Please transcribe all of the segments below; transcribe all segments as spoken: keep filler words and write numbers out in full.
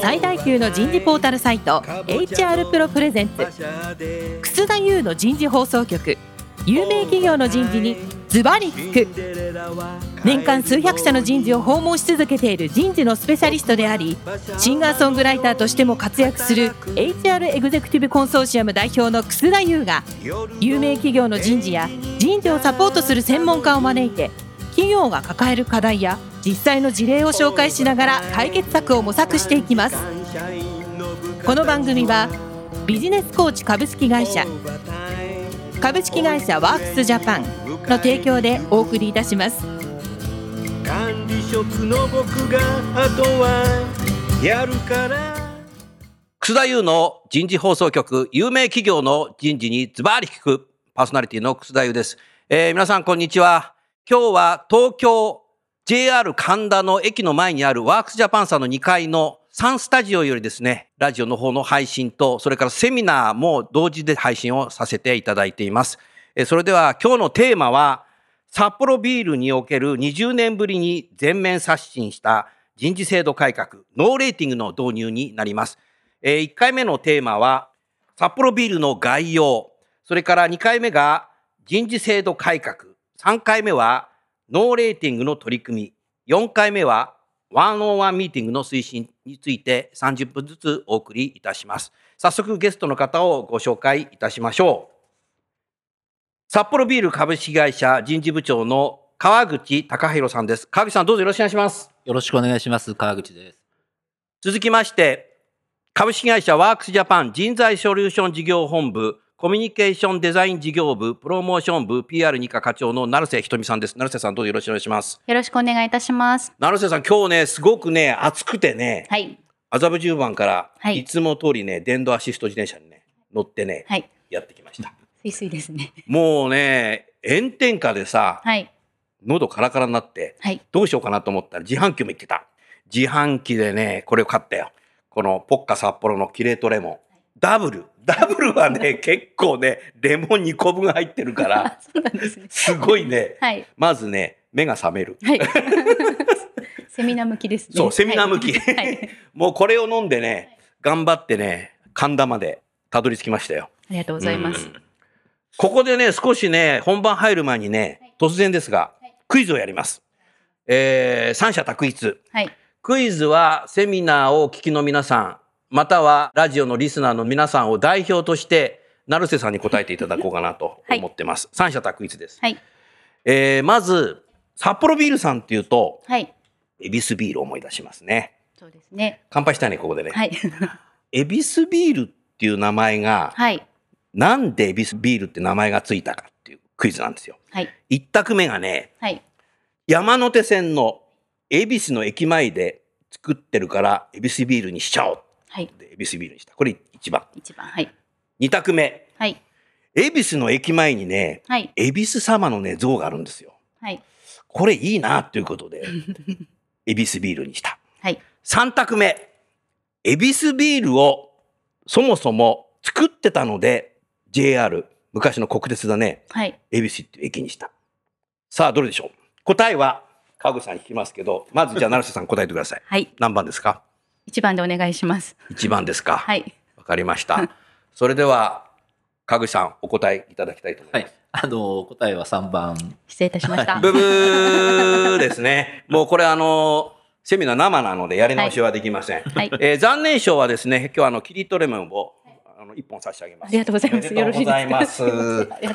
最大級の人事ポータルサイト エイチアール プロプレゼンツ楠田優の人事放送局。有名企業の人事にズバリ聞く。年間数百社の人事を訪問し続けている人事のスペシャリストであり、シンガーソングライターとしても活躍する エイチアール エグゼクティブコンソーシアム代表の楠田優が、有名企業の人事や人事をサポートする専門家を招いて、企業が抱える課題や実際の事例を紹介しながら解決策を模索していきます。この番組はビジネスコーチ株式会社、株式会社ワークスジャパンの提供でお送りいたします。 管理職の僕があとはやるから。 楠田優の人事放送局、有名企業の人事にズバリ聞く。パーソナリティの楠田優です。えー、皆さんこんにちは。今日は東京 ジェイアール 神田の駅の前にあるワークスジャパンさんのにかいのサンスタジオよりですね、ラジオの方の配信と、それからセミナーも同時で配信をさせていただいています。それでは今日のテーマは、札幌ビールにおけるにじゅうねんぶりに全面刷新した人事制度改革、ノーレーティングの導入になります。いっかいめのテーマは、札幌ビールの概要、それからにかいめが人事制度改革、さんかいめはノーレーティングの取り組み、よんかいめはワンオンワンミーティングの推進についてさんじゅっぷんずつお送りいたします。早速ゲストの方をご紹介いたしましょう。札幌ビール株式会社人事部長の川口隆弘さんです。川口さん、どうぞよろしくお願いします。 よろしくお願いします。川口です。 続きまして、株式会社ワークスジャパン人材ソリューション事業本部コミュニケーションデザイン事業部プロモーション部 ピーアールに 課課長の成瀬ひとみさんです。成瀬さん、どうぞよろしくお願いします。 よろしくお願いいたします。 成瀬さん、今日ねすごくね暑くてね、 はい、 麻布十番から、 はい、 いつも通りね電動アシスト自転車にね乗ってね、はい、やってきました。 すいすいですね。 もうね炎天下でさ、はい、喉カラカラになって、はい、どうしようかなと思ったら自販機も行ってた。自販機でねこれを買ったよ。このポッカ札幌のキレートレモン、はい、ダブルダブルはね結構ねレモンにこぶん入ってるからそうなんですね、 すごいね、 はい、 まずね目が覚める、 はい、セミナー向きですね。 そうセミナー向き、 はい、 もうこれを飲んでね頑張ってね神田までたどり着きましたよ。 ありがとうございます。 ここでね少しね本番入る前にね、はい、突然ですが、はい、クイズをやります。えー、三者択一、はい、クイズはセミナーをお聞きの皆さんまたはラジオのリスナーの皆さんを代表として成瀬さんに答えていただこうかなと思ってます。はい、三者択一です。はい、えー、まず札幌ビールさんっていうと、はい、エビスビールを思い出しますね。 そうですね。 乾杯したいねここでね。 はい、 エビスビールっていう名前が、はい、なんでエビスビールって名前がついたかっていうクイズなんですよ。はい、一択目がね、はい、山手線の恵比寿の駅前で作ってるからエビスビールにしちゃおう。はい、エビスビールにした。これ一番。 一番、はい。 二択目。はい。恵比寿の駅前にね、はい、恵比寿様のね像があるんですよ。はい。これいいなということでエビスビールにした。はい。三択目。エビスビールをそもそも作ってたので ジェイアール 昔の国鉄だね。はい。恵比寿っていう駅にした。さあどれでしょう。答えは川口さんに聞きますけど、まずじゃあ成瀬さん答えてください。はい。何番ですか。 一番でお願いします。 一番ですか。 はい。 わかりました。それでは川口さんお答えいただきたいと思います。はい、 あの答えはさんばん。 失礼いたしました。 ブブーですね。もうこれあのセミナー生なのでやり直しはできません。はい、えー、残念賞はですね今日はあのキリトレモンをあのいっぽん差し上げます。 ありがとうございます。 よろしくお願いします。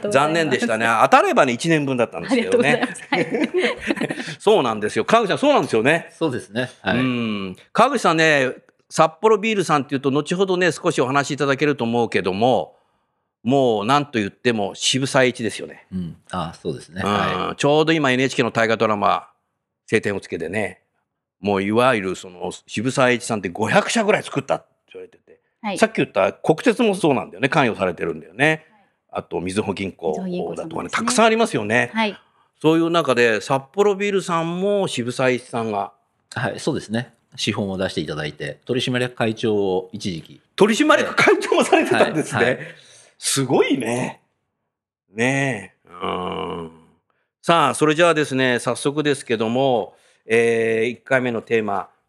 残念でしたね。当たればねいちねんぶんだったんですけどね。はい、そうなんですよ。川口さんそうなんですよね。 そうですね。はい、うん川口さんね札幌ビールさんっていうと後ほどね少しお話しいただけると思うけども、もう何と言っても渋沢栄一ですよね。 うん、あそうですね、 うんはい、 ちょうど今 エヌエイチケー の大河ドラマ青天を衝けでね、もういわゆるその渋沢栄一さんってごひゃくしゃぐらい作ったって言われてて、はい、さっき言った国鉄もそうなんだよね。関与されてるんだよね。はい、あとみずほ銀行だとかね、たくさんありますよね。はい、そういう中で札幌ビールさんも渋沢栄一さんが、 はい、そうですね。資本を出していただいて取締役会長を一時期取締役会長もされてたんですね。はいはい、すごいね。ねえ。うん。さあそれじゃあですね早速ですけども、えー、いっかいめのテーマ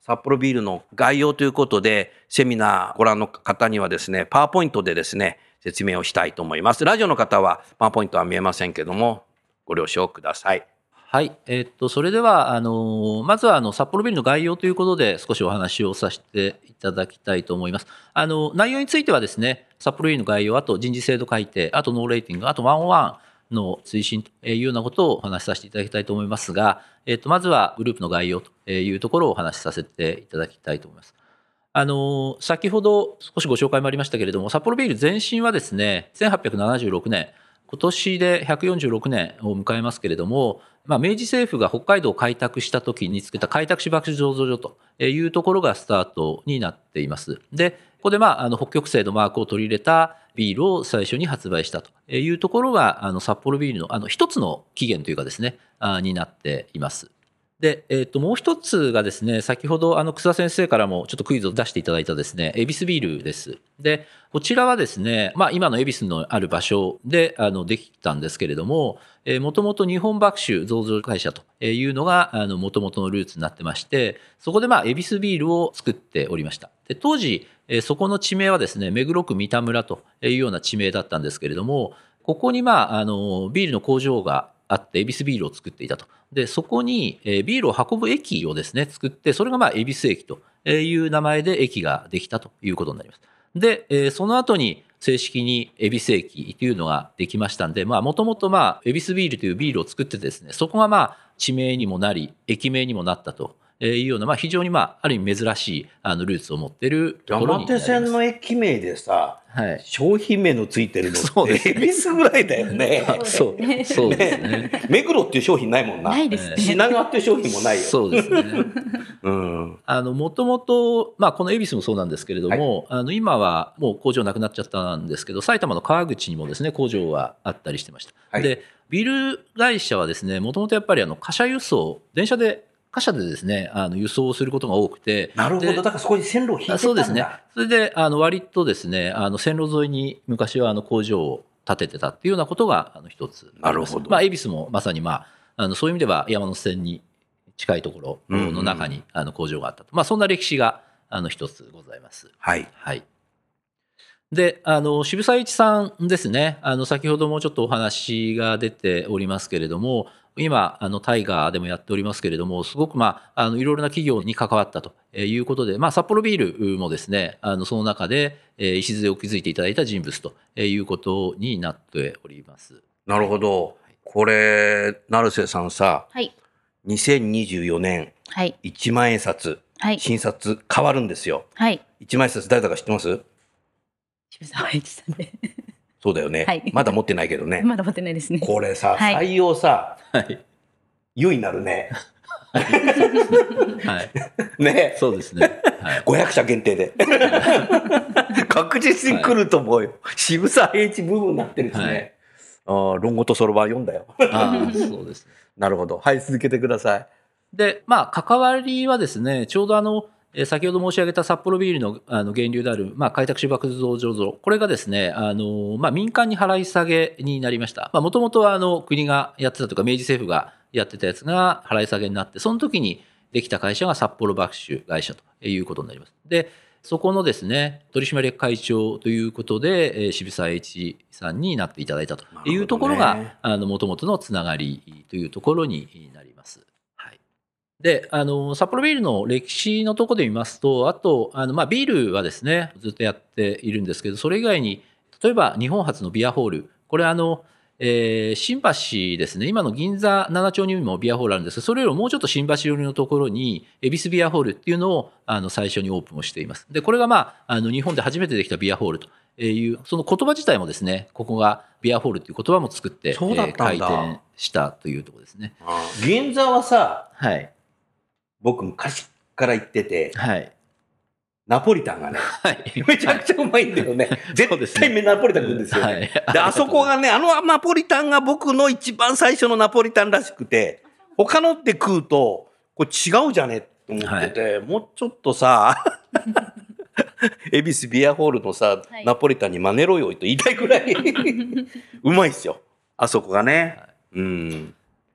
札幌ビールの概要ということで、セミナーご覧の方にはですね、パワーポイントでですね、説明をしたいと思います。ラジオの方はパワーポイントは見えませんけども、ご了承ください。 はい、えーっとそれではあのまずはあの札幌ビールの概要ということで少しお話をさせていただきたいと思います。あの内容についてはですね、札幌ビールの概要、あと人事制度改定、あとノーレーティング、あとワンオンワンの推進というようなことをお話しさせていただきたいと思いますが、えーっとまずはグループの概要というところをお話しさせていただきたいと思います。あの先ほど少しご紹介もありましたけれども、札幌ビール前身はですね、せんはっぴゃくななじゅうろくねん、今年でひゃくよんじゅうろくねんを迎えますけれども、まあ、明治政府が北海道を開拓した時に作った開拓芝醸造所というところがスタートになっています。で、ここで、まあ、あの北極星のマークを取り入れたビールを最初に発売したというところが、あの札幌ビールのあの一つの起源というかですね、あになっています。で、えー、ともう一つがですね、先ほどあの草先生からもちょっとクイズを出していただいたですね、恵比寿ビールです。で、こちらはですね、まあ、今の恵比寿のある場所であのできたんですけれども、もともと日本麦酒醸造会社というのがもともとのルーツになってまして、そこでまあ恵比寿ビールを作っておりました。で、当時そこの地名はですね、目黒区三田村というような地名だったんですけれども、ここにまああのビールの工場があって恵比寿ビールを作っていたと。で、そこにビールを運ぶ駅をですね作って、それがまあ恵比寿駅という名前で駅ができたということになります。で、その後に正式に恵比寿駅というのができましたんで、もともと恵比寿ビールというビールを作ってですね、そこがまあ地名にもなり駅名にもなったというような、まあ、非常にまあある意味珍しいあのルーツを持っているところになります。 山手線の駅名でさ、 はい、 商品名のついてるのって恵比寿ぐらいだよね。 そうそうですね。 目黒っていう商品ないもんな。 ないですね。 品川っていう商品もないよ。 そうですね。 うん、 あのもともと、まあ、この恵比寿もそうなんですけれども、はい、あの今はもう工場なくなっちゃったんですけど、埼玉の川口にもですね工場があったりしてました。はい、でビール会社はですね、もともとやっぱりあの貨車輸送、電車で貨車でですねあの輸送をすることが多くて、 なるほど、だからそこに線路を引いてたんだ。 そうですね。それであの割とですねあの線路沿いに昔はあの工場を建ててたっていうようなことがあの一つあります。なるほど。まあ、恵比寿もまさに、まあ、あのそういう意味では山手線に近いところの中にあの工場があったと、まあ、そんな歴史があの一つございます。 はい、 はい。で、あの渋沢栄一さんですね、あの先ほどもちょっとお話が出ておりますけれども、今あのタイガーでもやっておりますけれども、すごく、まあ、あのいろいろな企業に関わったということで、まあ、札幌ビールもですねあのその中で礎を築いていただいた人物ということになっております。 なるほど。これ成瀬さんさ、 はい、 にせんにじゅうよねん、はい、いちまんえん札、はい、新札変わるんですよ。はい、いちまんえん札誰だか知ってます？ 渋沢栄一さんで。 そうだよね、はい、まだ持ってないけどね。 まだ持ってないですね。 これさ、はい、採用さ、はい、優になるね。 はい、ね、そうですね。 はい、ごひゃくしゃ限定で確実に来ると思うよ。はい、渋沢栄一部分になってるんですね。はい、あ、論語とそろばん読んだよ。 あ、そうですね。 なるほど。はい、続けてください。 で、まあ関わりはですね、ちょうどあの先ほど申し上げた札幌ビール の, あの源流である、まあ、開拓芝醸造所、これがですねあの、まあ、民間に払い下げになりました。もともとはあの国がやってたとか明治政府がやってたやつが払い下げになって、その時にできた会社が札幌麦酒会社ということになります。でそこのですね取締役会長ということで渋沢栄一さんになっていただいたというところがもともとのつながりというところになります。で、あの札幌ビールの歴史のところで見ますと、あとあの、まあ、ビールはですねずっとやっているんですけど、それ以外に例えば日本初のビアホール、これあの、えー、新橋ですね、今の銀座なな丁にもビアホールあるんですが、それよりももうちょっと新橋寄りのところに恵比寿ビアホールっていうのをあの最初にオープンをしています。でこれが、まあ、あの日本で初めてできたビアホールという、その言葉自体もですね、ここがビアホールという言葉も作って、えー、開店したというところですね。 ああ、銀座はさ、 はい、僕昔から行ってて、 はい、 ナポリタンがね、 はい、 めちゃくちゃうまいんだよね。絶対にナポリタン食うんですよね。はい、で、あそこがね、あのナポリタンが僕の一番最初のナポリタンらしくて、他のって食うと、これ違うじゃねって思ってて、はい、もうちょっとさ、恵比寿ビアホールのさ、はい、ナポリタンに真似ろよと言いたいくらいうまいっすよ、あそこがね。はい、うん。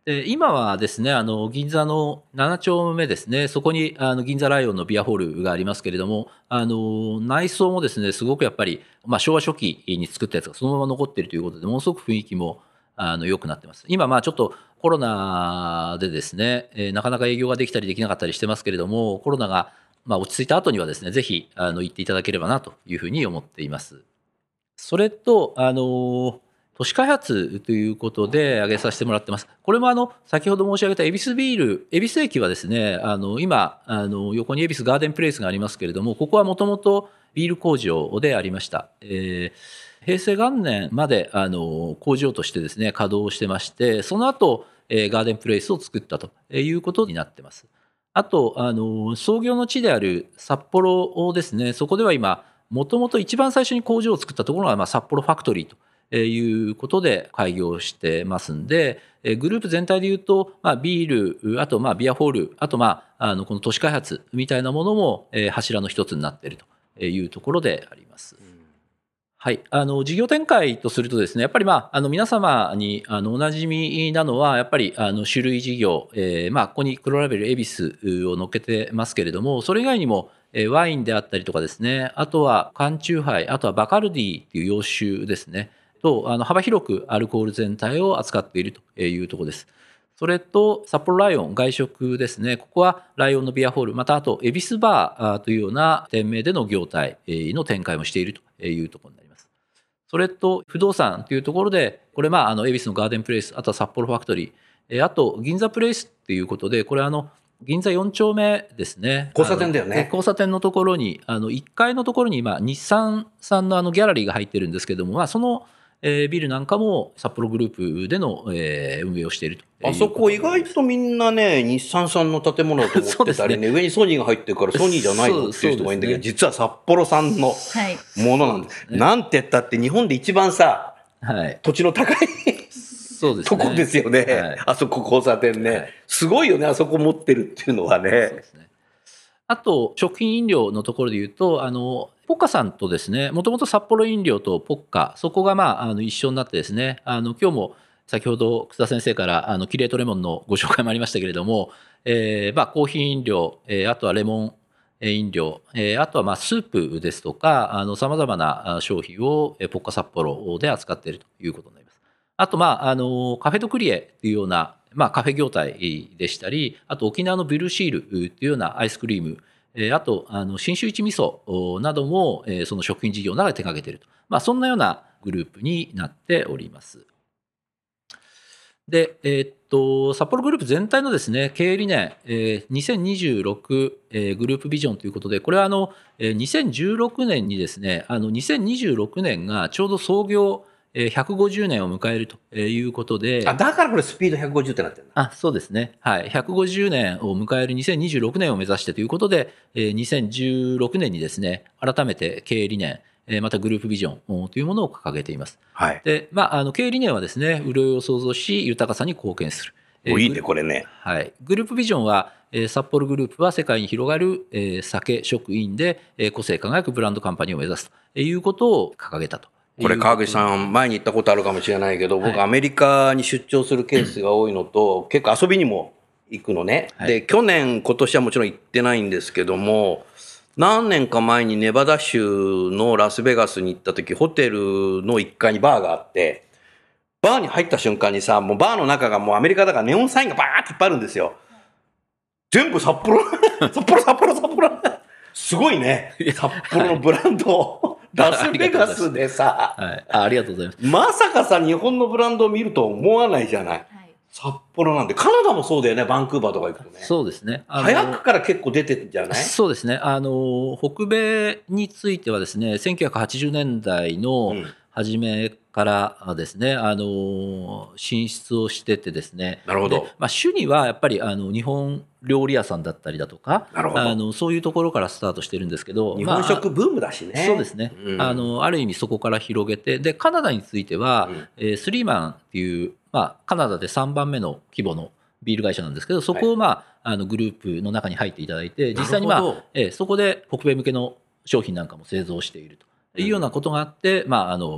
で今はですね、あの銀座のなな丁目ですね、そこにあの銀座ライオンのビアホールがありますけれども、あの内装もですね、すごくやっぱり、まあ、昭和初期に作ったやつがそのまま残っているということで、ものすごく雰囲気もあの良くなってます。今、まあちょっとコロナでですね、えーなかなか営業ができたりできなかったりしてますけれども、コロナがまあ落ち着いた後にはですね、ぜひあの行っていただければなというふうに思っています。それと、あの都市開発ということで挙げさせてもらってます。これもあの先ほど申し上げた恵比寿ビール、恵比寿駅はですね、あの今あの横に恵比寿ガーデンプレイスがありますけれども、ここはもともとビール工場でありました。えー、平成元年まであの工場としてですね稼働してまして、その後、えー、ガーデンプレイスを作ったということになってます。あとあの創業の地である札幌ですね、そこでは今もともと一番最初に工場を作ったところが、まあ、札幌ファクトリーということで開業してますんで、グループ全体でいうと、まあ、ビール、あとまあビアホール、あとまああのこの都市開発みたいなものも柱の一つになっているというところであります。はい、あの事業展開とするとですね、やっぱり、まあ、あの皆様にあのおなじみなのはやっぱりあの種類事業、えーまあ、ここに黒ラベル恵比寿を載っけてますけれども、それ以外にもワインであったりとかですね、あとは缶チューハイ、あとはバカルディという洋酒ですねと、あの幅広くアルコール全体を扱っているというところです。それと札幌ライオン外食ですね、ここはライオンのビアホール、またあと恵比寿バーというような店名での業態の展開もしているというところになります。それと不動産というところで、これまああの恵比寿のガーデンプレイス、あとは札幌ファクトリー、あと銀座プレイスっていうことで、これあの銀座よん丁目ですね。 交差点だよね。 交差点のところに、あのいっかいのところに今日産さんのあのギャラリーが入ってるんですけども、まあ、そのえー、ビルなんかも札幌グループでの、えー、運営をしていると。 あそこ意外とみんなね、日産さんの建物と思ってたりね、ね上にソニーが入ってるからソニーじゃないのっていう人がいるんだけど、ね、実は札幌さんのものなんです。はい、なんて言ったって日本で一番さ、はい、土地の高いそうです、ね、とこですよね、はい、あそこ交差点ね、はい、すごいよね、あそこ持ってるっていうのはね。そうですね。 あと食品飲料のところで言うと、あのポッカさんとですね、もともと札幌飲料とポッカ、そこがまああの一緒になってですね、あの今日も先ほど楠田先生からあのキレートレモンのご紹介もありましたけれども、えーまあ、コーヒー飲料、えー、あとはレモン飲料、えー、あとはまあスープですとかさまざまな商品をポッカ札幌で扱っているということになります。あと、まあ、あのカフェドクリエというような、まあ、カフェ業態でしたり、あと沖縄のブルーシールというようなアイスクリーム、あとあの信州一味噌などもその食品事業などで手掛けていると、まあ、そんなようなグループになっております。で、えー、っと札幌グループ全体のですね経営理念、えー、にせんにじゅうろく、えー、グループビジョンということで、これはあのにせんじゅうろくねんにですね、あのにせんにじゅうろくねんがちょうど創業ひゃくごじゅうねんを迎えるということで、 あ、だからこれスピードひゃくごじゅうってなってるんだ。 あ、そうですね。はい。ひゃくごじゅうねんを迎えるにせんにじゅうろくねんを目指してということで、にせんじゅうろくねんにですね、改めて経営理念、またグループビジョンというものを掲げています。 はい。 で、まあ、あの経営理念はですね、潤いを創造し、豊かさに貢献する。 お、いいね、これね。 はい。グループビジョンは、札幌グループは世界に広がる酒、食飲で個性輝くブランドカンパニーを目指すということを掲げたと。 これ川口さん前に行ったことあるかもしれないけど、僕アメリカに出張するケースが多いのと、結構遊びにも行くのね、はい、で去年今年はもちろん行ってないんですけども、何年か前にネバダ州のラスベガスに行った時、ホテルのいっかいにバーがあって、バーに入った瞬間にさ、もうバーの中がもうアメリカだからネオンサインがバーっていっぱいあるんですよ。全部札幌札幌札幌札幌すごいね、札幌のブランドラスベガスでさ、 はい、あ、ありがとうございます。 まさかさ、日本のブランドを見ると思わないじゃない。はい、札幌なんで、カナダもそうだよね、バンクーバーとか行くとね。 そうですね。 早くから結構出てるんじゃない？ そうですね。あの、北米についてはですね、せんきゅうひゃくはちじゅうねんだいの初めからですね、うん、あの、進出をしててですね。 なるほど。 まあ、主にはやっぱりあの日本料理屋さんだったりだとか、 なるほど、 あのそういうところからスタートしてるんですけど、 日本食ブームだしね。 まあ、そうですね、うん、あのある意味そこから広げて、でカナダについては、うんえー、スリーマンっていう、まあ、カナダでさんばんめの規模のビール会社なんですけど、そこを、まあ、はい、あのグループの中に入っていただいて、実際に、まあえー、そこで北米向けの商品なんかも製造しているというようなことがあって、まああの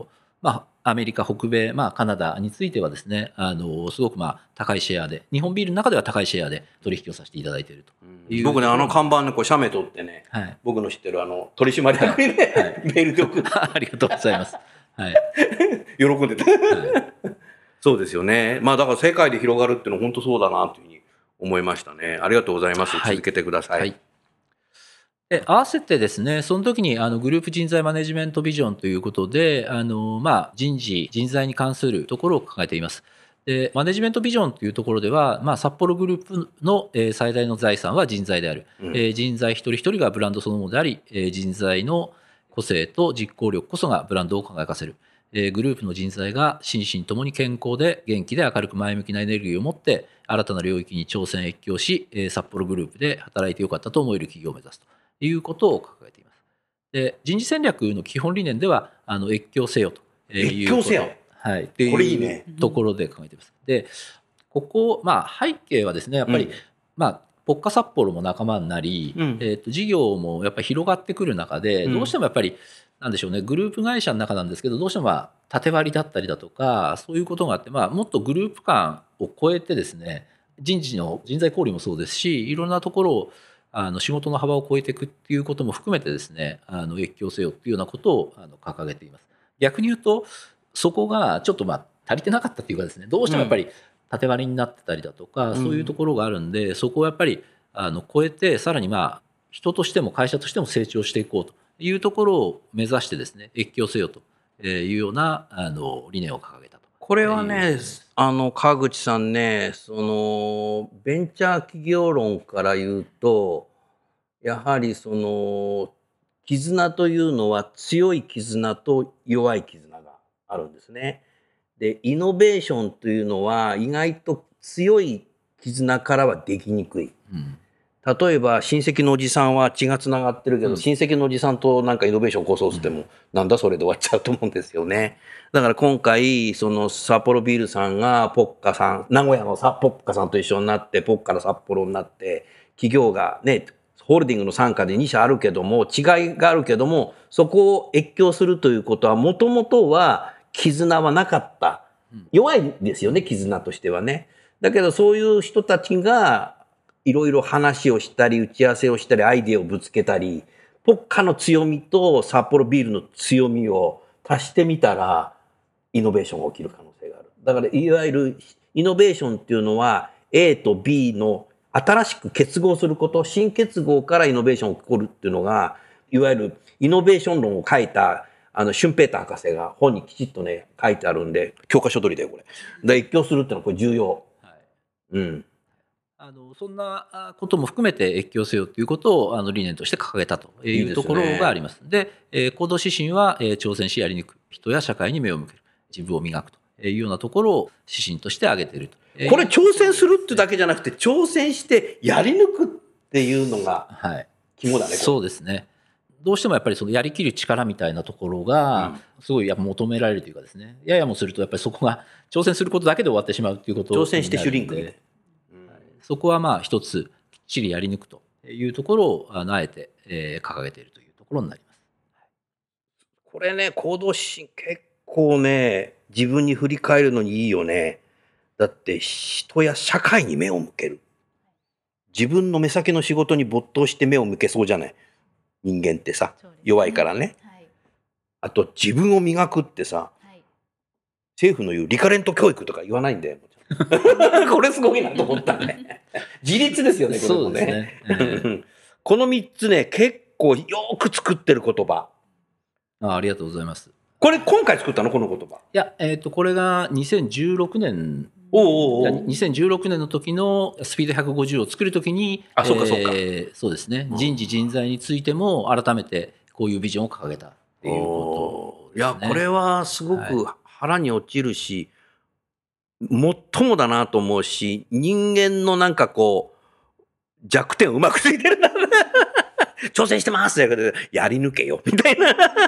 まあ、アメリカ、北米、まあ、カナダについてはですね、あのすごくまあ高いシェアで、日本ビールの中では高いシェアで取引をさせていただいているという。 僕ね、あの看板ね、こう写メ撮ってね、はい、僕の知ってるあの取締役にね、はい、メールで送って。 ありがとうございます。はい、 喜んでた。はい、そうですよね。まあだから世界で広がるっていうのは本当そうだなというふうに思いましたね。ありがとうございます。はい、続けてください。はい、 で合わせてですね、その時にあのグループ人材マネジメントビジョンということで、あの、まあ、人事、人材に関するところを掲げています。でマネジメントビジョンというところでは、まあ、札幌グループの、えー、最大の財産は人材である、うん、えー、人材一人一人がブランドそのものであり、えー、人材の個性と実行力こそがブランドを輝かせる、えー、グループの人材が心身ともに健康で元気で明るく前向きなエネルギーを持って新たな領域に挑戦越境し、えー、札幌グループで働いてよかったと思える企業を目指すということを掲げています。で人事戦略の基本理念ではあの越境せよということ越境せよ、 はい、っていうところで考えています。でここ、まあ、背景はですねやっぱり、うん、まあ、ポッカ札幌も仲間になり、うん、えーと、事業もやっぱり広がってくる中で、うん、どうしてもやっぱりなんでしょうね、グループ会社の中なんですけどどうしてもまあ縦割りだったりだとかそういうことがあって、まあ、もっとグループ間を超えてですね人事の人材交流もそうですしいろんなところをあの仕事の幅を超えていくっていうことも含めてですねあの越境せよっていうようなことをあの掲げています。逆に言うとそこがちょっとまあ足りてなかったっていうかですねどうしてもやっぱり縦割りになってたりだとか、うん、そういうところがあるんでそこをやっぱりあの超えてさらにまあ人としても会社としても成長していこうというところを目指してですね越境せよというようなあの理念を掲げたと。 これはねあの川口さんねそのベンチャー企業論から言うとやはりその絆というのは強い絆と弱い絆があるんですね。でイノベーションというのは意外と強い絆からはできにくい、うん、例えば親戚のおじさんは血がつながってるけど、うん、親戚のおじさんとなんかイノベーション起こそうとしても、うん、なんだそれで終わっちゃうと思うんですよね。だから今回その札幌ビールさんがポッカさん名古屋のポッカさんと一緒になってポッカの札幌になって企業がねホールディングの傘下でに社あるけども違いがあるけどもそこを越境するということはもともとは絆はなかった。弱いですよね、絆としてはね。だけどそういう人たちがいろいろ話をしたり打ち合わせをしたりアイデアをぶつけたりポッカの強みと札幌ビールの強みを足してみたらイノベーションが起きる可能性がある。だからいわゆるイノベーションっていうのは A と B の新しく結合すること新結合からイノベーションが起こるっていうのがいわゆるイノベーション論を書いたあのシュンペーター博士が本にきちっとね書いてあるんで教科書取りだよこれ。で越境するっていうのはこれ重要。はい、うん。 あのそんなことも含めて越境せよということをあの理念として掲げたというところがあります。で、えー、行動指針は、えー、挑戦しやり抜く人や社会に目を向ける自分を磨くというようなところを指針として挙げていると。 これ挑戦するってだけじゃなくて挑戦してやり抜くっていうのが肝だね。はい、 そうですね。どうしてもやっぱりそのやりきる力みたいなところがすごいやっぱ求められるというかですね、ややもするとやっぱりそこが挑戦することだけで終わってしまうということ挑戦してシュリンクで、 うん、そこはまあ一つきっちりやり抜くというところをあえて、えー、掲げているというところになります。 これね行動指針結構ね自分に振り返るのにいいよね。だって人や社会に目を向ける自分の目先の仕事に没頭して目を向けそうじゃない人間ってさ、ね、弱いからね、はい、あと自分を磨くってさ、はい、政府の言うリカレント教育とか言わないんだよこれすごいなと思ったね自立ですよねこれもね。そうですね、えー、このみっつね結構よく作ってる言葉。 あ, ありがとうございます。 これ今回作ったのこの言葉。いや、えー、とこれがにせんじゅうろくねんおうおうおうにせんじゅうろくねんの時のスピードひゃくごじゅうを作る時にあそうかそうか、 えー、そうですね、うん、人事人材についても改めてこういうビジョンを掲げたっていうことですね。 いやこれはすごく腹に落ちるし、はい、最もだなと思うし人間のなんかこう弱点をうまくついてるな挑戦してますだけどやり抜けよみたいな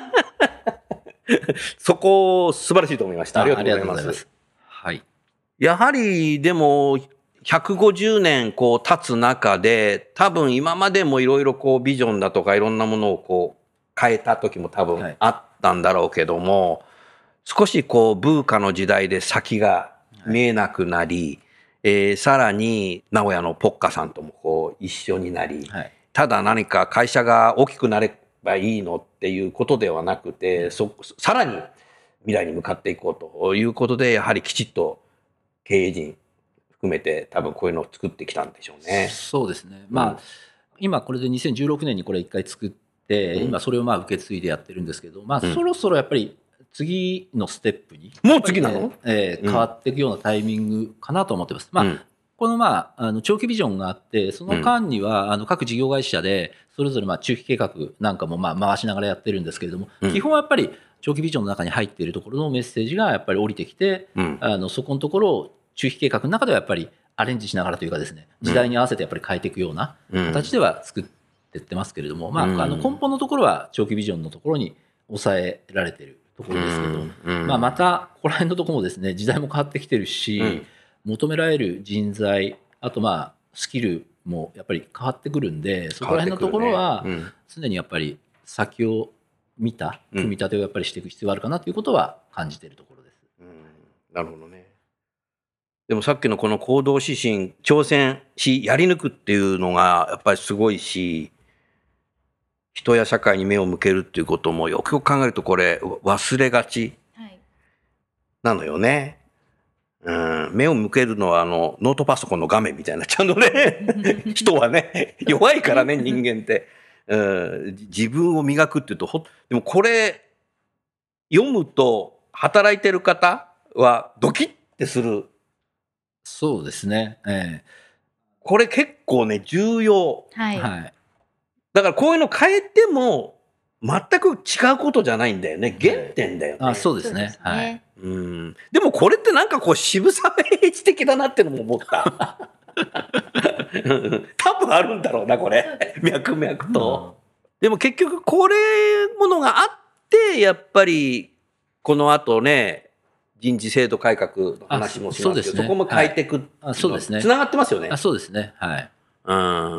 そこ素晴らしいと思いました。ありがとうございます。 はい。 やはりでもひゃくごじゅうねんこう経つ中で多分今までもいろいろこうビジョンだとかいろんなものをこう変えた時も多分あったんだろうけども、はい、 少しこう、ブーカの時代で先が見えなくなり、はい、えー、さらに名古屋のポッカさんともこう一緒になり、はい、ただ何か会社が大きくなればいいのっていうことではなくて、そさらに未来に向かっていこうということで、やはりきちっと経営陣含めて多分こういうのを作ってきたんでしょうね。 そうですね。まあ、うん、今これでにせんじゅうろくねんにこれ一回作って、うん、今それをまあ受け継いでやってるんですけど、まあ、そろそろやっぱり次のステップに、 もう次なの、 えー、変わっていくようなタイミングかなと思ってます。まあ、うん、このまあ、あの長期ビジョンがあって、その間には、うん、あの各事業会社でそれぞれまあ中期計画なんかもまあ回しながらやってるんですけれども、うん、基本はやっぱり長期ビジョンの中に入っているところのメッセージがやっぱり降りてきて、うん、あのそこのところを中期計画の中ではやっぱりアレンジしながらというかですね、時代に合わせてやっぱり変えていくような形では作っていってますけれども、まあ、あの根本のところは長期ビジョンのところに抑えられているところですけど、まあ、またここら辺のところもですね、時代も変わってきてるし、求められる人材、あとまあスキルもやっぱり変わってくるんで、そこら辺のところは常にやっぱり先を見た組み立てをやっぱりしていく必要があるかなということは感じているところです。 うん、なるほどね。でもさっきのこの行動指針、挑戦しやり抜くっていうのがやっぱりすごいし、人や社会に目を向けるっていうこともよくよく考えるとこれ忘れがちなのよね。うん、目を向けるのはあのノートパソコンの画面みたいになっちゃうのね。人はね、弱いからね、人間って。うん、自分を磨くっていうとほ、でもこれ読むと働いてる方はドキッてする。 そうですね、ええ、 これ結構ね重要、 はい、 だからこういうの変えても全く違うことじゃないんだよね、原点だよね。 あ、そうですね、はい、 うん、でもこれってなんかこう渋沢栄一的だなってのも思った多分あるんだろうなこれ脈々と、うん、でも結局これものがあってやっぱりこの後ね人事制度改革の話もしますけど、 そ, う、ね、そこも変えていく、はい、 あそうですね、 つながってますよね。 あそうですね、はい、 うん、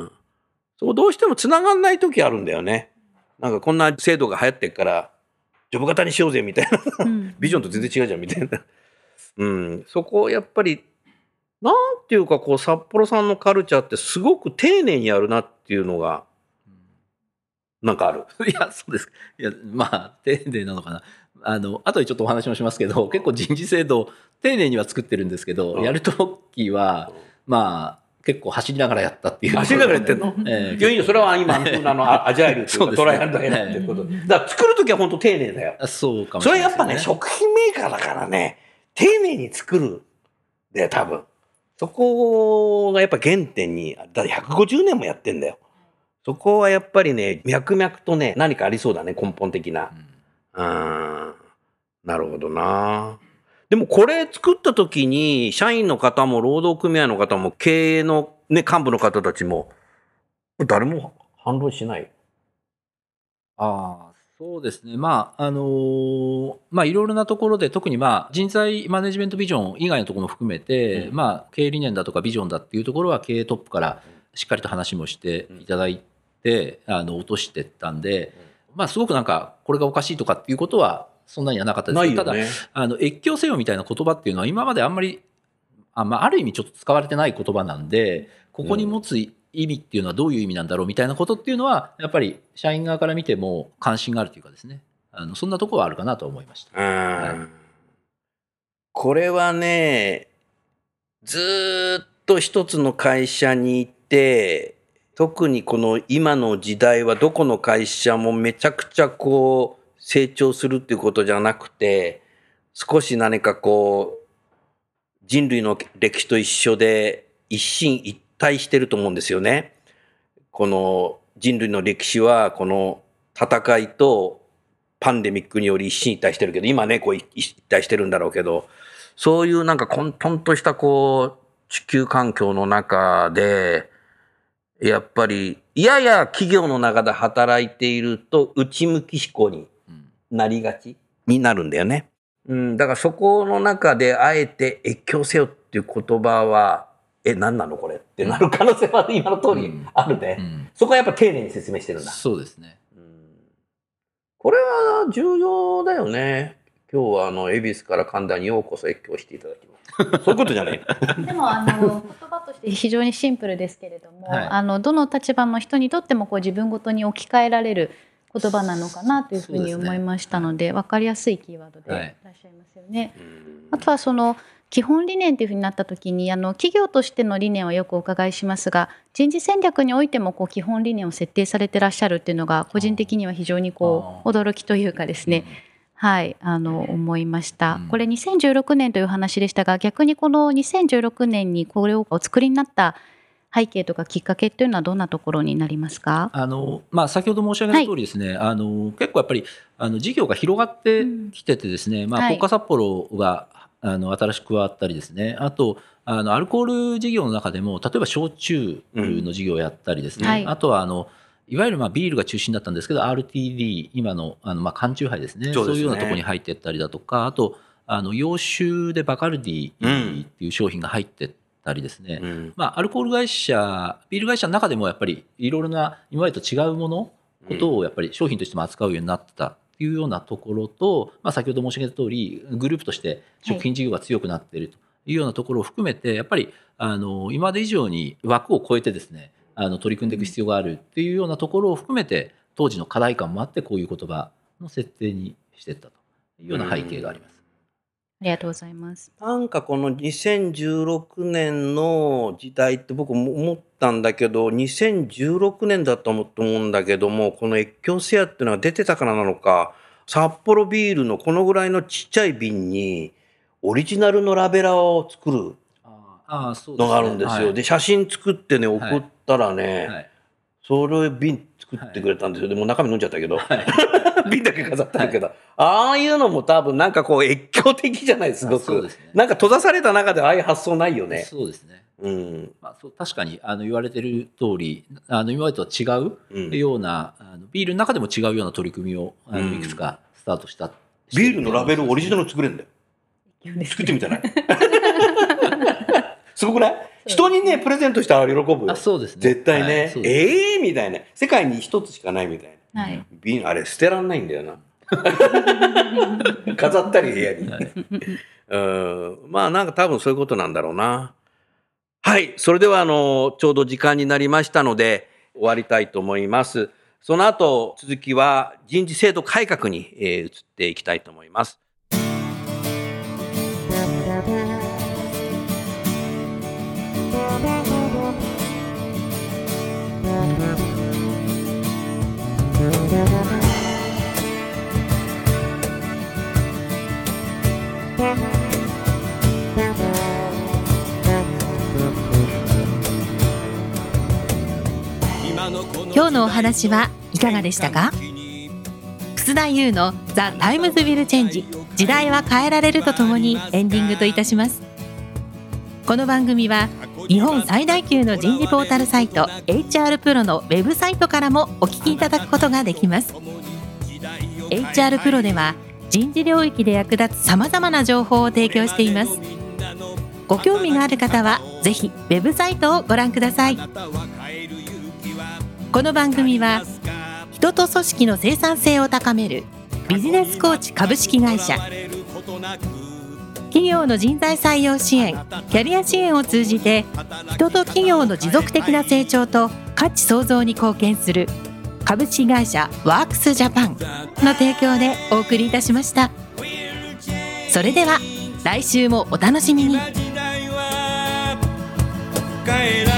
そうどうしてもつながんない時あるんだよね。なんかこんな制度が流行ってるからジョブ型にしようぜみたいな、うん、ビジョンと全然違うじゃんみたいな、うん、そこやっぱりなんていうかこう札幌さんのカルチャーってすごく丁寧にやるなっていうのがなんかある。 いやそうです。いやまあ丁寧なのかな。あの後でちょっとお話もしますけど、結構人事制度丁寧には作ってるんですけど、うん、やるときは、うん、まあ結構走りながらやったっていう。 走りながらやってんの？えー、いやいやそれは今あのアジャイルっていうかトライアンドエラーっていうこと。だから作るときは本当丁寧だよ。 そうかもしれないですね。 それやっぱね食品メーカーだからね丁寧に作るで多分そこがやっぱ原点にだってひゃくごじゅうねんもやってんだよ。そこはやっぱりね脈々とね何かありそうだね根本的な。うん、うんなるほどな。でもこれ作った時に社員の方も労働組合の方も経営の、ね、幹部の方たちも誰も反論しない。 ああそうですね。まああのー、まあいろいろなところで特にまあ人材マネジメントビジョン以外のところも含めて、うん、まあ経営理念だとかビジョンだっていうところは経営トップからしっかりと話もしていただいて、うん、あの落としてったんで、うん、まあすごくなんかこれがおかしいとかっていうことはそんなにはなかったですけど、ね、ただあの越境せよみたいな言葉っていうのは今まであんまり あ,、まあ、ある意味ちょっと使われてない言葉なんで、ここに持つ意味っていうのはどういう意味なんだろうみたいなことっていうのはやっぱり社員側から見ても関心があるというかですね、あのそんなところはあるかなと思いました。はい、 これはねずっと一つの会社にいて、特にこの今の時代はどこの会社もめちゃくちゃこう成長するっていうことじゃなくて、少し何かこう人類の歴史と一緒で一進一退してると思うんですよね。この人類の歴史はこの戦いとパンデミックにより一進一退してるけど、今ねこう一退してるんだろうけど、そういうなんか混沌としたこう地球環境の中でやっぱりいやや企業の中で働いていると内向き思考になりがちになるんだよね。うん、だからそこの中であえて越境せよっていう言葉はえ何なのこれってなる可能性は今の通りあるね、うんうん、そこはやっぱ丁寧に説明してるんだ。 そうですね、 うん、これは重要だよね。 今日はあの恵比寿から神田にようこそ越境していただきますそういうことじゃないでもあの言葉として非常にシンプルですけれども、はい、あのどの立場の人にとってもこう自分ごとに置き換えられる言葉なのかなというふうに思いましたの で, で、ね、分かりやすいキーワードでいらっしゃいますよね、はい、あとはその基本理念というふうになったときにあの企業としての理念はよくお伺いしますが、人事戦略においてもこう基本理念を設定されていらっしゃるっていうのが個人的には非常にこう驚きというかですね、はい、あの思いました。これにせんじゅうろくねんという話でしたが、逆にこのにせんじゅうろくねんにこれをお作りになった背景とかきっかけというのはどんなところになりますか？ あの、まあ、先ほど申し上げた通りですね、はい、あの結構やっぱりあの事業が広がってきててですね、うんまあ、国家札幌があの新しく加わったりですね、あとあのアルコール事業の中でも例えば焼酎の事業をやったりですね、うんはい、あとはあのいわゆるまあビールが中心だったんですけど アールティーディー 今のあのまあ缶チューハイですね、そういうようなところに入っていったりだとか、あとあの洋酒でバカルディっていう商品が入っていったりですね、うんまあ、アルコール会社ビール会社の中でもやっぱりいろいろな今までと違うものことをやっぱり商品としても扱うようになったというようなところと、まあ、先ほど申し上げた通りグループとして食品事業が強くなっているというようなところを含めて、やっぱりあの今まで以上に枠を超えてですねあの取り組んでいく必要があるっていうようなところを含めて、当時の課題感もあってこういう言葉の設定にしていったというような背景があります。 ありがとうございます。 なんかこのにせんじゅうろくねんの時代って僕も思ったんだけど、にせんじゅうろくねんだと思うんだけども、この越境セアっていうのが出てたからなのか、札幌ビールのこのぐらいのちっちゃい瓶にオリジナルのラベラを作るのがあるんですよ。ああ、そうですね。はい、で写真作ってね送ったらね、はいはい、それを瓶作ってくれたんですよ。でも中身飲んじゃったけど、はい、瓶だけ飾ってるけど、はい、ああいうのも多分なんかこう越境的じゃない、すごく。そうですね。なんか閉ざされた中でああいう発想ないよね。 そうですね。うんまあ、そう確かにあの言われてる通り、あの今までとは違うような、うん、あのビールの中でも違うような取り組みをあのいくつかスタートした、うん、 ビールのラベルオリジナル作れるんだよ。作ってみたらすごくない？人にねプレゼントしたら喜ぶよ。 あ、そうですね。 絶対ね、はい、ええー、みたいな、世界に一つしかないみたいな、はい、瓶あれ捨てらんないんだよな飾ったり部屋に、はい、うんまあなんか多分そういうことなんだろうな。はい、それではあのちょうど時間になりましたので終わりたいと思います。その後続きは人事制度改革に、えー、移っていきたいと思います。 今日のお話はいかがでしたか？楠田優の The Times Will Change 時代は変えられるとともにエンディングといたします。この番組は日本最大級の人事ポータルサイト エイチアール プロのウェブサイトからもお聞きいただくことができます。 エイチアール プロでは人事領域で役立つさまざまな情報を提供しています。ご興味がある方はぜひウェブサイトをご覧ください。この番組は人と組織の生産性を高めるビジネスコーチ株式会社、企業の人材採用支援、キャリア支援を通じて人と企業の持続的な成長と価値創造に貢献する株式会社ワークスジャパンの提供でお送りいたしました。それでは来週もお楽しみに。